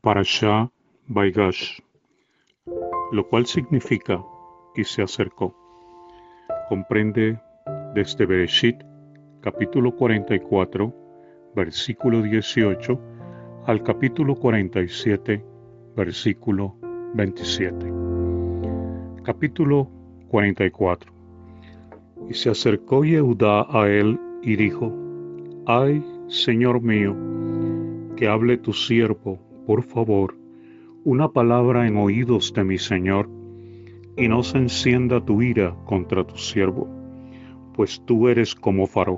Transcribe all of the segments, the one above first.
Parashá Vaigash, lo cual significa y se acercó. Comprende desde Bereshit, capítulo 44, versículo 18, al capítulo 47, versículo 27. Capítulo 44. Y se acercó Yehudá a él y dijo: Ay, Señor mío, que hable tu siervo, por favor, una palabra en oídos de mi Señor, y no se encienda tu ira contra tu siervo, pues tú eres como Faraón.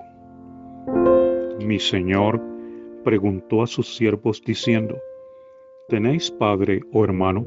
Mi Señor preguntó a sus siervos diciendo: ¿Tenéis padre o hermano?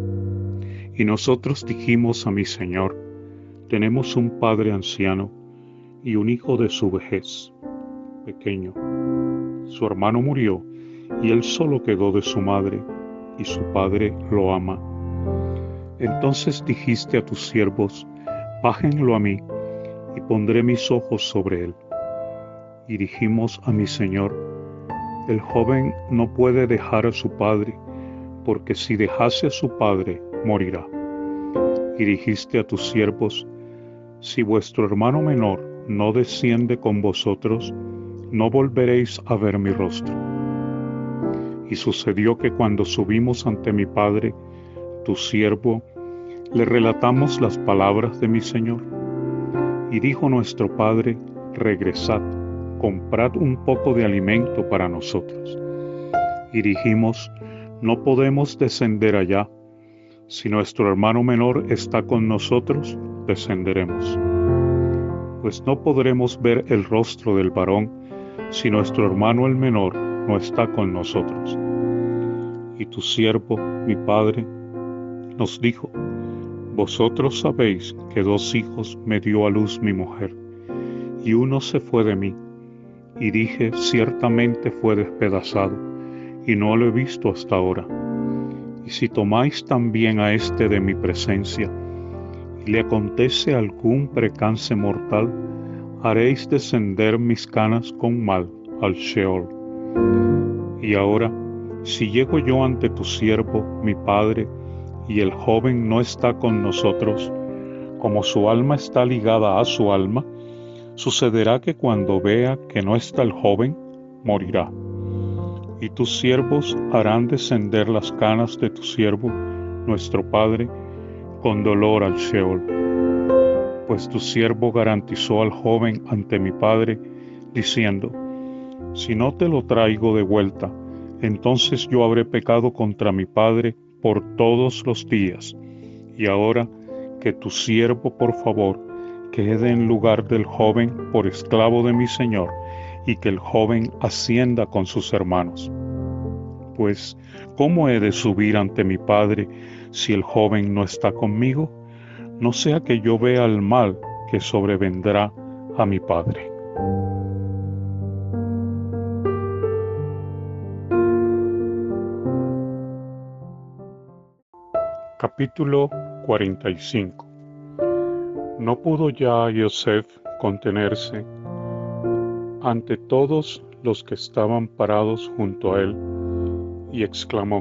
Y nosotros dijimos a mi Señor: tenemos un padre anciano y un hijo de su vejez, pequeño. Su hermano murió y él solo quedó de su madre, y su padre lo ama. Entonces dijiste a tus siervos: bájenlo a mí, y pondré mis ojos sobre él. Y dijimos a mi Señor: el joven no puede dejar a su padre, porque si dejase a su padre, morirá. Y dijiste a tus siervos: si vuestro hermano menor no desciende con vosotros, no volveréis a ver mi rostro. Y sucedió que cuando subimos ante mi padre, tu siervo, le relatamos las palabras de mi Señor. Y dijo nuestro padre: regresad, comprad un poco de alimento para nosotros. Y dijimos: no podemos descender allá. Si nuestro hermano menor está con nosotros, descenderemos. Pues no podremos ver el rostro del varón si nuestro hermano el menor no está con nosotros. Y tu siervo, mi padre, nos dijo: vosotros sabéis que 2 hijos me dio a luz mi mujer, y uno se fue de mí. Y dije: ciertamente fue despedazado, y no lo he visto hasta ahora. Y si tomáis también a este de mi presencia, y le acontece algún percance mortal, haréis descender mis canas con mal al Sheol. Y ahora, si llego yo ante tu siervo, mi padre, y el joven no está con nosotros, como su alma está ligada a su alma, sucederá que cuando vea que no está el joven, morirá. Y tus siervos harán descender las canas de tu siervo, nuestro padre, con dolor al Sheol. Pues tu siervo garantizó al joven ante mi padre, diciendo: si no te lo traigo de vuelta, entonces yo habré pecado contra mi padre por todos los días. Y ahora que tu siervo, por favor, quede en lugar del joven por esclavo de mi Señor, y que el joven ascienda con sus hermanos. Pues, ¿cómo he de subir ante mi padre si el joven no está conmigo? No sea que yo vea el mal que sobrevendrá a mi padre. Capítulo 45. No pudo ya Yosef contenerse ante todos los que estaban parados junto a él, y exclamó: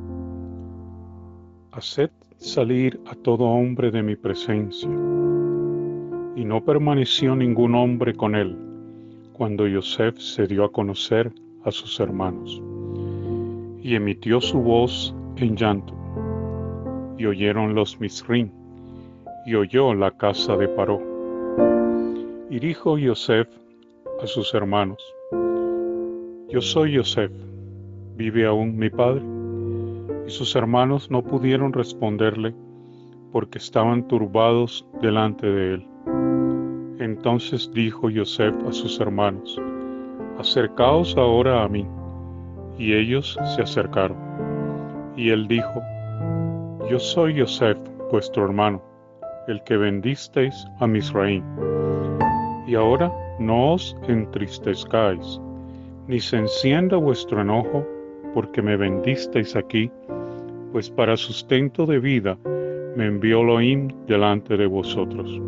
haced salir a todo hombre de mi presencia. Y no permaneció ningún hombre con él, cuando Yosef se dio a conocer a sus hermanos. Y emitió su voz en llanto, y oyeron los Misrim, y oyó la casa de Paró. Y dijo Yosef a sus hermanos: yo soy Yosef, ¿vive aún mi padre? Y sus hermanos no pudieron responderle, porque estaban turbados delante de él. Entonces dijo Yosef a sus hermanos: acercaos ahora a mí. Y ellos se acercaron. Y él dijo: yo soy Yosef, vuestro hermano, el que vendisteis a Misraim. Y ahora no os entristezcáis, ni se encienda vuestro enojo, porque me vendisteis aquí, pues para sustento de vida me envió Elohim delante de vosotros.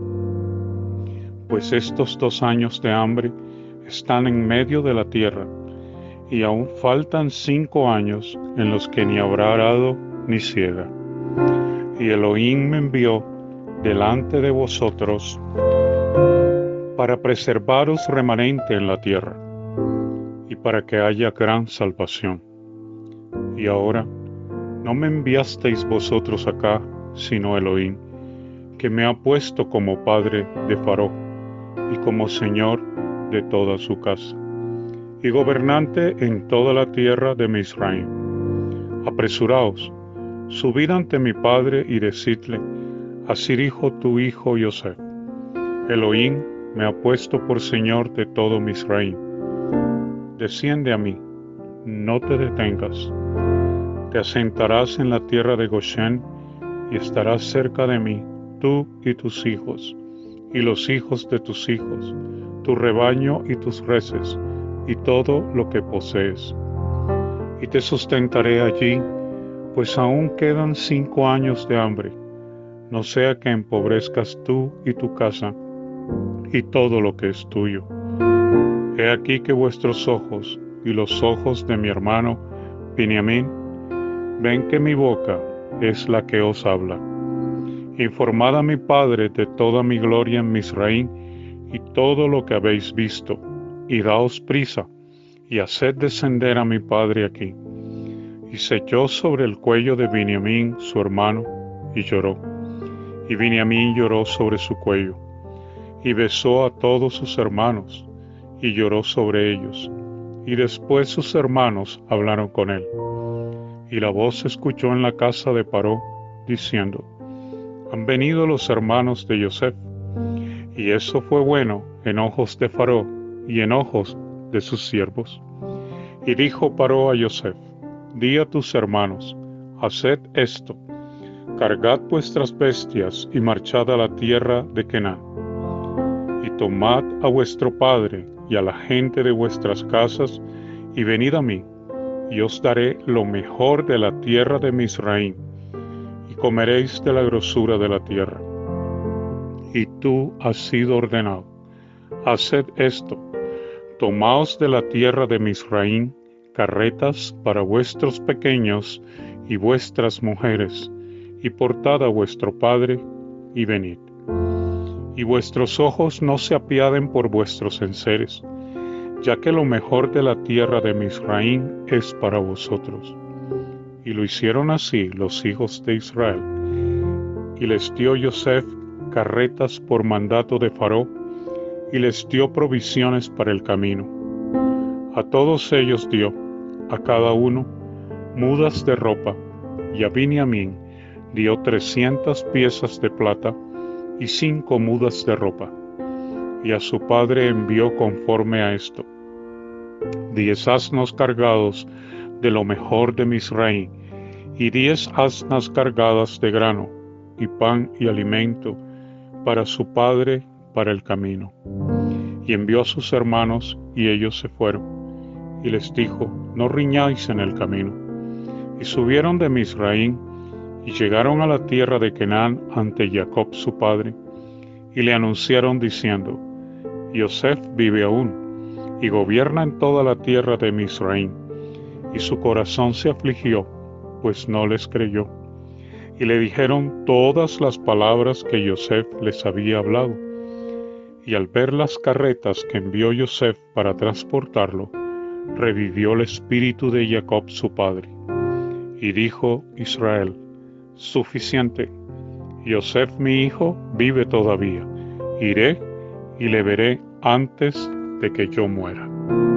Pues estos 2 años de hambre están en medio de la tierra, y aún faltan 5 años en los que ni habrá arado ni siega. Y Elohim me envió delante de vosotros para preservaros remanente en la tierra, y para que haya gran salvación. Y ahora no me enviasteis vosotros acá, sino Elohim, que me ha puesto como padre de Faraón y como señor de toda su casa, y gobernante en toda la tierra de Misraim. Apresuraos, subid ante mi padre y decidle: así dijo tu hijo Yosef: Elohim me ha puesto por señor de todo Misraim. Desciende a mí, no te detengas. Te asentarás en la tierra de Goshen y estarás cerca de mí, tú y tus hijos, y los hijos de tus hijos, tu rebaño y tus reses, y todo lo que posees. Y te sustentaré allí, pues aún quedan 5 años de hambre, no sea que empobrezcas tú y tu casa, y todo lo que es tuyo. He aquí que vuestros ojos y los ojos de mi hermano Beniamín ven que mi boca es la que os habla. Informad a mi padre de toda mi gloria en Misraim y todo lo que habéis visto, y daos prisa, y haced descender a mi padre aquí. Y se echó sobre el cuello de Beniamín su hermano, y lloró. Y Beniamín lloró sobre su cuello, y besó a todos sus hermanos, y lloró sobre ellos. Y después sus hermanos hablaron con él. Y la voz se escuchó en la casa de Paró, diciendo: han venido los hermanos de Yosef. Y eso fue bueno en ojos de Faraón y en ojos de sus siervos. Y dijo Paró a Yosef: di a tus hermanos: haced esto, cargad vuestras bestias y marchad a la tierra de Canaán. Y tomad a vuestro padre y a la gente de vuestras casas, y venid a mí, y os daré lo mejor de la tierra de Misraim, y comeréis de la grosura de la tierra. Y tú has sido ordenado: haced esto, tomaos de la tierra de Misraim carretas para vuestros pequeños y vuestras mujeres, y portad a vuestro padre, y venid. Y vuestros ojos no se apiaden por vuestros enseres, ya que lo mejor de la tierra de Misraim es para vosotros. Y lo hicieron así los hijos de Israel. Y les dio Yosef carretas por mandato de Faraón, y les dio provisiones para el camino. A todos ellos dio, a cada uno, mudas de ropa, y a Beniamín dio 300 piezas de plata y 5 mudas de ropa. Y a su padre envió conforme a esto: 10 asnos cargados de lo mejor de Misraim, y 10 asnas cargadas de grano, y pan y alimento para su padre para el camino. Y envió a sus hermanos, y ellos se fueron. Y les dijo: no riñáis en el camino. Y subieron de Misraim, y llegaron a la tierra de Canaán ante Jacob su padre, y le anunciaron diciendo: Yosef vive aún, y gobierna en toda la tierra de Misraim. Y su corazón se afligió, pues no les creyó. Y le dijeron todas las palabras que Yosef les había hablado. Y al ver las carretas que envió Yosef para transportarlo, revivió el espíritu de Jacob su padre. Y dijo Israel: suficiente, Yosef mi hijo vive todavía. Iré y le veré antes de que yo muera.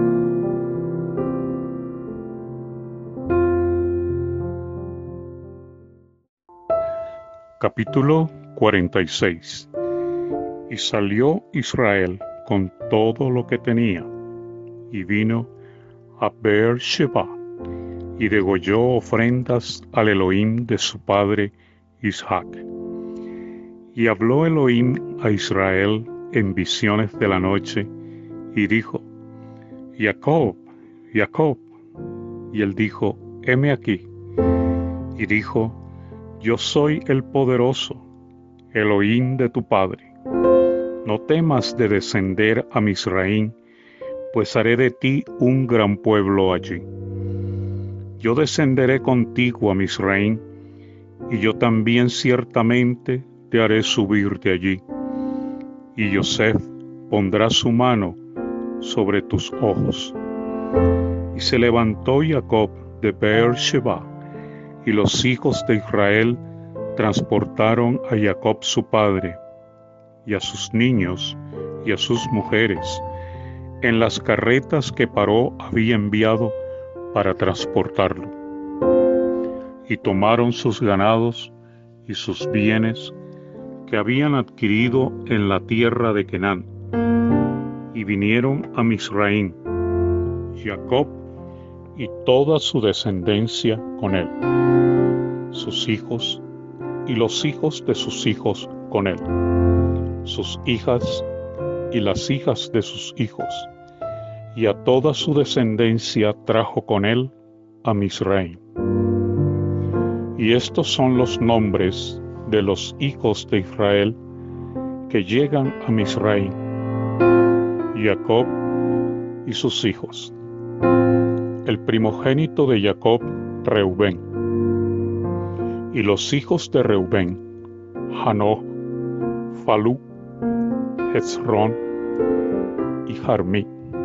Capítulo 46. Y salió Israel con todo lo que tenía, y vino a Beer-sheba, y degolló ofrendas al Elohim de su padre Isaac. Y habló Elohim a Israel en visiones de la noche, y dijo: Jacob, Jacob. Y él dijo: heme aquí. Y dijo: yo soy el poderoso, Elohim de tu padre. No temas de descender a Misraim, pues haré de ti un gran pueblo allí. Yo descenderé contigo a Misraim, y yo también ciertamente te haré subir de allí. Y Yosef pondrá su mano sobre tus ojos. Y se levantó Jacob de Beer-sheba, y los hijos de Israel transportaron a Jacob su padre, y a sus niños, y a sus mujeres, en las carretas que Paró había enviado para transportarlo. Y tomaron sus ganados y sus bienes que habían adquirido en la tierra de Canaán, y vinieron a Misraim, Jacob y toda su descendencia con él, sus hijos y los hijos de sus hijos con él, sus hijas y las hijas de sus hijos, y a toda su descendencia trajo con él a Misraim. Y estos son los nombres de los hijos de Israel que llegan a Misraim: Jacob y sus hijos. El primogénito de Jacob, Reubén. Y los hijos de Reubén: Hanoch, Falú, Hezrón y Jarmí.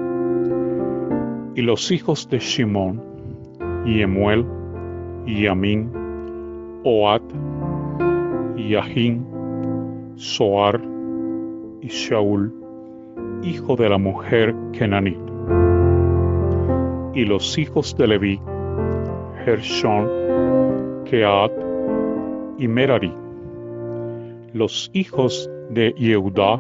Y los hijos de Shimón: Yemuel, Yamin, Oad, Yahin, Soar y Shaul, hijo de la mujer Kenanita. Y los hijos de Leví: Gershón, Keat y Merari. Los hijos de Yehudá: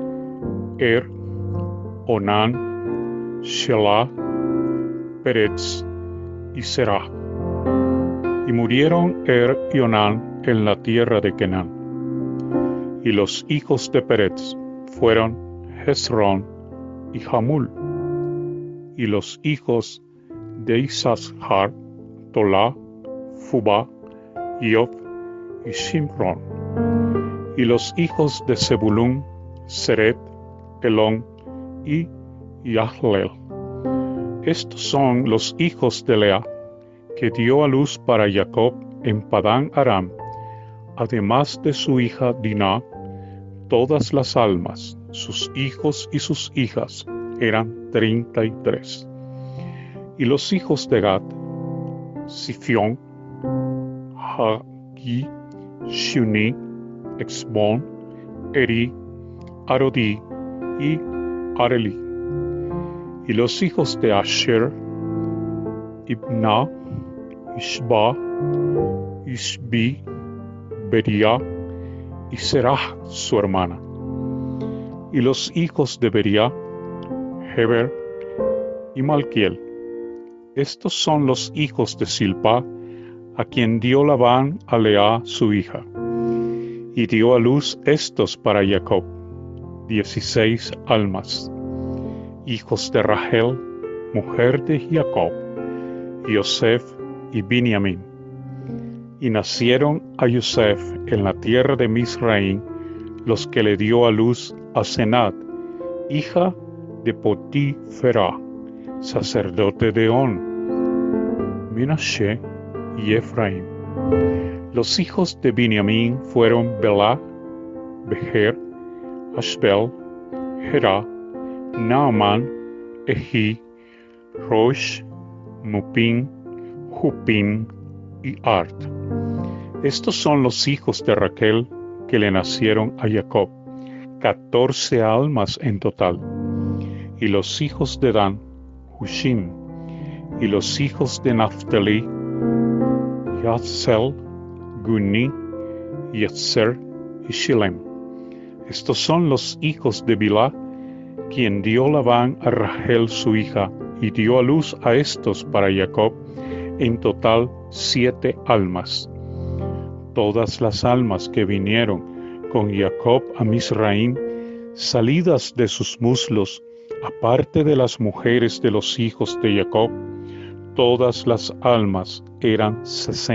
Onán, Shelah, Peretz y Serah. Y murieron y Onán en la tierra de Canaán. Y los hijos de Peretz fueron Hezrón y Hamul. Y los hijos de Isashar: Tolá, Fubá, Iob y Shimrón. Y los hijos de Zebulún: Seret, Elón y Yahleel. Estos son los hijos de Lea, que dio a luz para Jacob en Padán Aram, además de su hija Diná. Todas las almas, sus hijos y sus hijas, eran 33. Y los hijos de Gad: Sifión, Hagi, Shuni, Exbón, Eri, Arodí y Areli. Y los hijos de Asher: Ibná, Ishba, Ishbi, Beria y Serah su hermana. Y los hijos de Beria: Heber y Malquiel. Estos son los hijos de Silpa, a quien dio Labán a Lea su hija. Y dio a luz estos para Jacob: 16 almas, hijos de Rachel, mujer de Jacob, Yosef y Binyamin. Y nacieron a Yosef en la tierra de Misraim los que le dio a luz a Senat, hija de Potifera, sacerdote de On, Menashe y Efraín. Los hijos de Binyamin fueron Belá, Becher, Ashbel, Herá, Naamán, Ehi, Rosh, Mupim, Hupim y Ard. Estos son los hijos de Raquel que le nacieron a Jacob, 14 almas en total. Y los hijos de Dan: Hushim. Y los hijos de Naftali: Yatsel, Guni, Yetzer y Shilem. Estos son los hijos de Bilá, quien dio Labán a Rachel su hija, y dio a luz a estos para Jacob, en total 7 almas. Todas las almas que vinieron con Jacob a Misraim, salidas de sus muslos, aparte de las mujeres de los hijos de Jacob, todas las almas eran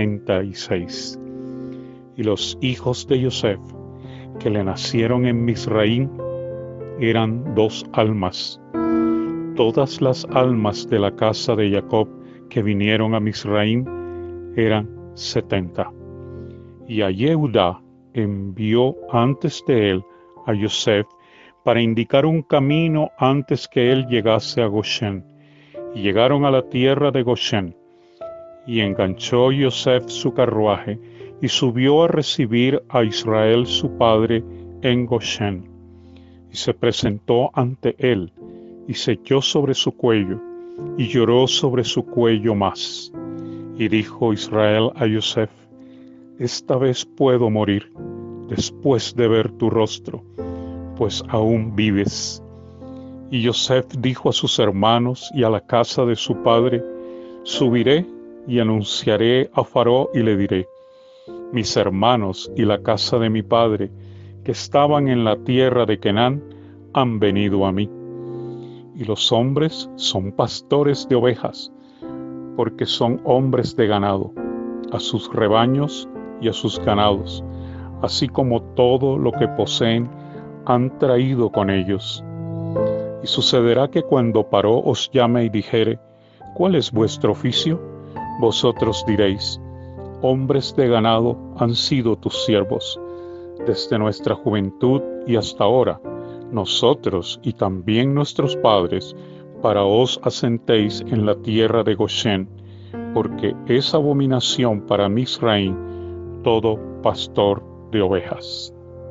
66. Y los hijos de Yosef, que le nacieron en Misraim, eran 2 almas. todas las almas de la casa de Jacob que vinieron a Misraim eran 70. Y a Yehuda envió antes de él a Yosef para indicar un camino antes que él llegase a Goshen. Y llegaron a la tierra de Goshen. Y enganchó Yosef su carruaje y subió a recibir a Israel su padre en Goshen. Y se presentó ante él y se echó sobre su cuello y lloró sobre su cuello más. Y dijo Israel a Yosef: esta vez puedo morir después de ver tu rostro, pues aún vives. Y Yosef dijo a sus hermanos y a la casa de su padre: subiré y anunciaré a Faraón y le diré: mis hermanos y la casa de mi padre, que estaban en la tierra de Canaán, han venido a mí. Y los hombres son pastores de ovejas, porque son hombres de ganado, a sus rebaños y a sus ganados, así como todo lo que poseen han traído con ellos. Y sucederá que cuando Faraón os llame y dijere: ¿cuál es vuestro oficio? Vosotros diréis: hombres de ganado han sido tus siervos, desde nuestra juventud y hasta ahora, nosotros y también nuestros padres, para os asentéis en la tierra de Goshen, porque es abominación para Misraim todo pastor de ovejas.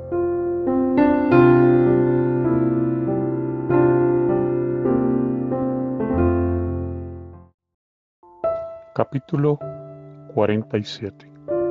Capítulo 47.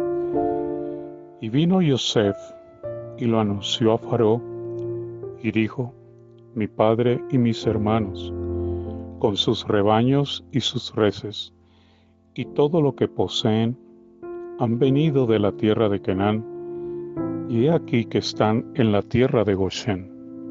Y vino Yosef y lo anunció a Faraón y dijo: mi padre y mis hermanos, con sus rebaños y sus reses, y todo lo que poseen, han venido de la tierra de Canaán, y he aquí que están en la tierra de Goshen.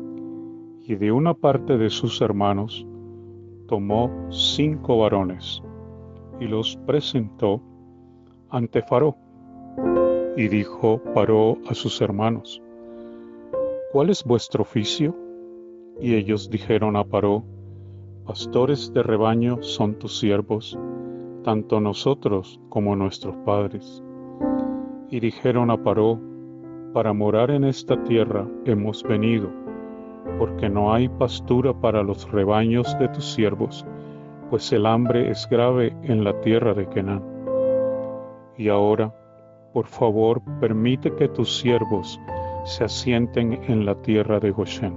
Y de una parte de sus hermanos tomó 5 varones, y los presentó ante Faraón. Y dijo Faraón a sus hermanos: ¿cuál es vuestro oficio? Y ellos dijeron a Faraón: pastores de rebaño son tus siervos, tanto nosotros como nuestros padres. Y dijeron a Faraón: para morar en esta tierra hemos venido, porque no hay pastura para los rebaños de tus siervos, pues el hambre es grave en la tierra de Canaán. Y ahora, por favor, permite que tus siervos se asienten en la tierra de Goshen.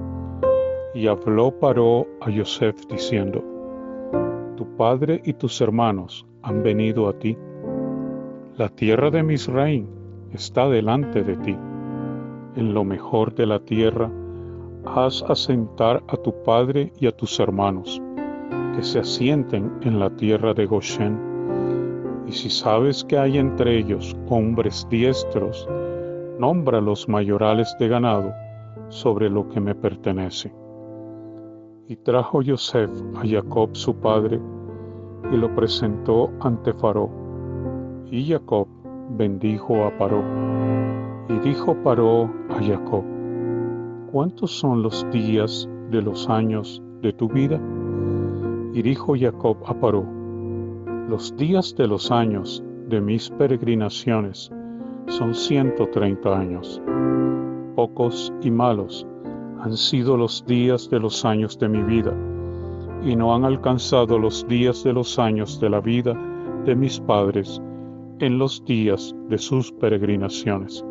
Y habló Faraón a Yosef diciendo: tu padre y tus hermanos han venido a ti. La tierra de Misraim está delante de ti. En lo mejor de la tierra haz asentar a tu padre y a tus hermanos, que se asienten en la tierra de Goshen. Y si sabes que hay entre ellos hombres diestros, nombra los mayorales de ganado sobre lo que me pertenece. Y trajo Yosef a Jacob su padre, y lo presentó ante Faraón. Y Jacob bendijo a Faraón. Y dijo Faraón a Jacob: ¿cuántos son los días de los años de tu vida? Y dijo Jacob a Faraón: los días de los años de mis peregrinaciones son 130 años. Pocos y malos han sido los días de los años de mi vida, y no han alcanzado los días de los años de la vida de mis padres en los días de sus peregrinaciones.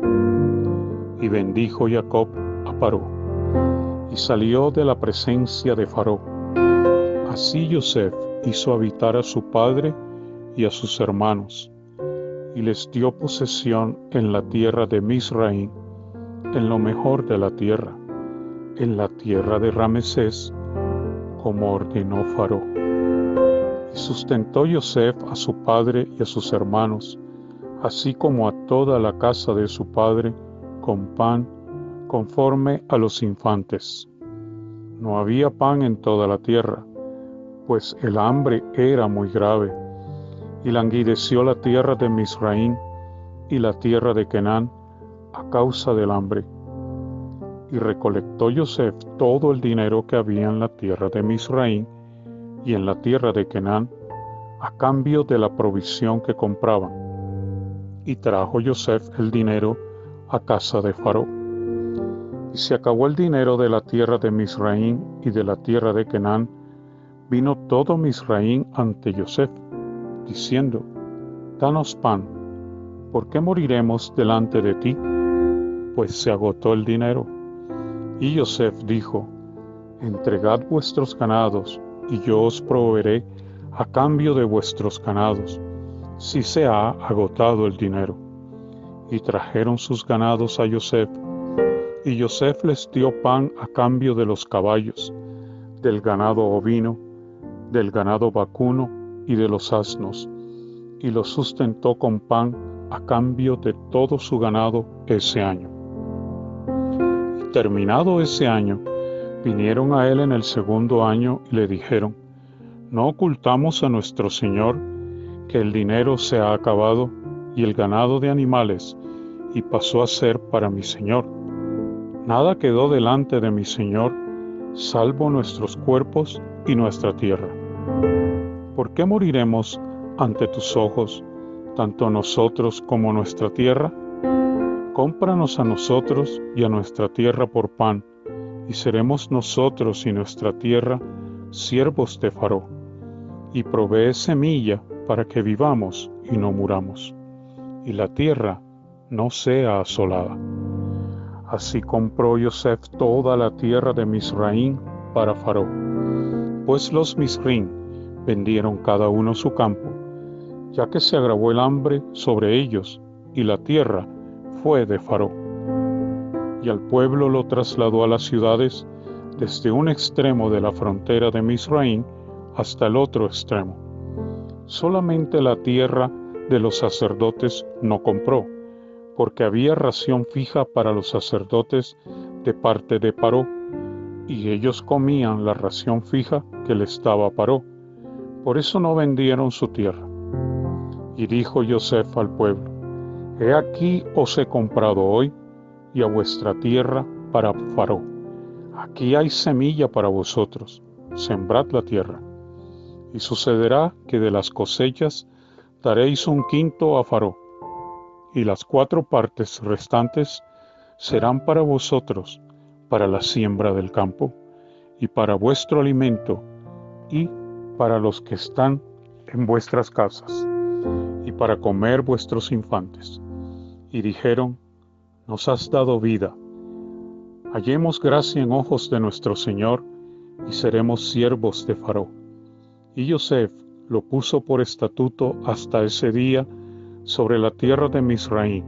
Y bendijo Jacob a Faraón, y salió de la presencia de Faraón. Así Yosef hizo habitar a su padre y a sus hermanos, y les dio posesión en la tierra de Misraim, en lo mejor de la tierra, en la tierra de Ramesés, como ordenó Faraón. Y sustentó Yosef a su padre y a sus hermanos, así como a toda la casa de su padre, con pan, conforme a los infantes. No había pan en toda la tierra, pues el hambre era muy grave, y languideció la tierra de Misraim y la tierra de Canaán a causa del hambre. Y recolectó Yosef todo el dinero que había en la tierra de Misraim y en la tierra de Canaán, a cambio de la provisión que compraban. Y trajo Yosef el dinero a casa de Faraón. Y se acabó el dinero de la tierra de Misraim y de la tierra de Canaán. Vino todo Misraim ante Yosef, diciendo: Danos pan, ¿por qué moriremos delante de ti? Pues se agotó el dinero. Y Yosef dijo: Entregad vuestros ganados, y yo os proveeré a cambio de vuestros ganados, si se ha agotado el dinero. Y trajeron sus ganados a Yosef, y Yosef les dio pan a cambio de los caballos, del ganado ovino, del ganado vacuno y de los asnos, y los sustentó con pan a cambio de todo su ganado ese año. Y terminado ese año, vinieron a él en el segundo año y le dijeron: No ocultamos a nuestro señor que el dinero se ha acabado y el ganado de animales, y pasó a ser para mi señor. Nada quedó delante de mi señor, salvo nuestros cuerpos y nuestra tierra. ¿Por qué moriremos ante tus ojos, tanto nosotros como nuestra tierra? Cómpranos a nosotros y a nuestra tierra por pan, y seremos nosotros y nuestra tierra siervos de Faraón, y provee semilla para que vivamos y no muramos, y la tierra no sea asolada. Así compró Yosef toda la tierra de Misraim para Faraón, pues los Misraim vendieron cada uno su campo, ya que se agravó el hambre sobre ellos, y la tierra fue de Faraón. Y al pueblo lo trasladó a las ciudades, desde un extremo de la frontera de Misraim hasta el otro extremo. Solamente la tierra de los sacerdotes no compró, porque había ración fija para los sacerdotes de parte de Paró, y ellos comían la ración fija que les daba Paró. Por eso no vendieron su tierra. Y dijo Yosef al pueblo: He aquí os he comprado hoy, y a vuestra tierra para Faraón. Aquí hay semilla para vosotros, sembrad la tierra. Y sucederá que de las cosechas daréis un quinto a Faraón, y las 4 partes restantes serán para vosotros, para la siembra del campo, y para vuestro alimento, y para los que están en vuestras casas, y para comer vuestros infantes. Y dijeron: Nos has dado vida. Hallemos gracia en ojos de nuestro Señor, y seremos siervos de Faraón. Y Yosef lo puso por estatuto hasta ese día sobre la tierra de Misraim.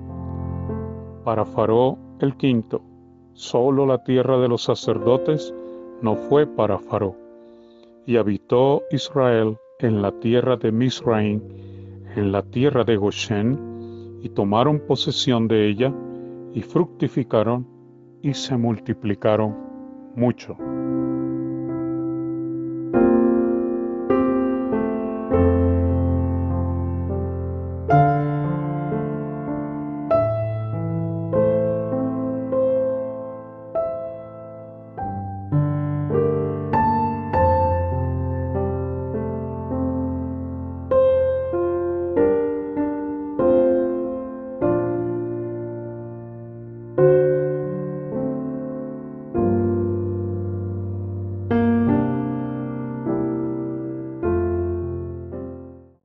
Para Faraón el quinto, solo la tierra de los sacerdotes no fue para Faraón. Y habitó Israel en la tierra de Misraim, en la tierra de Goshen, y tomaron posesión de ella, y fructificaron, y se multiplicaron mucho.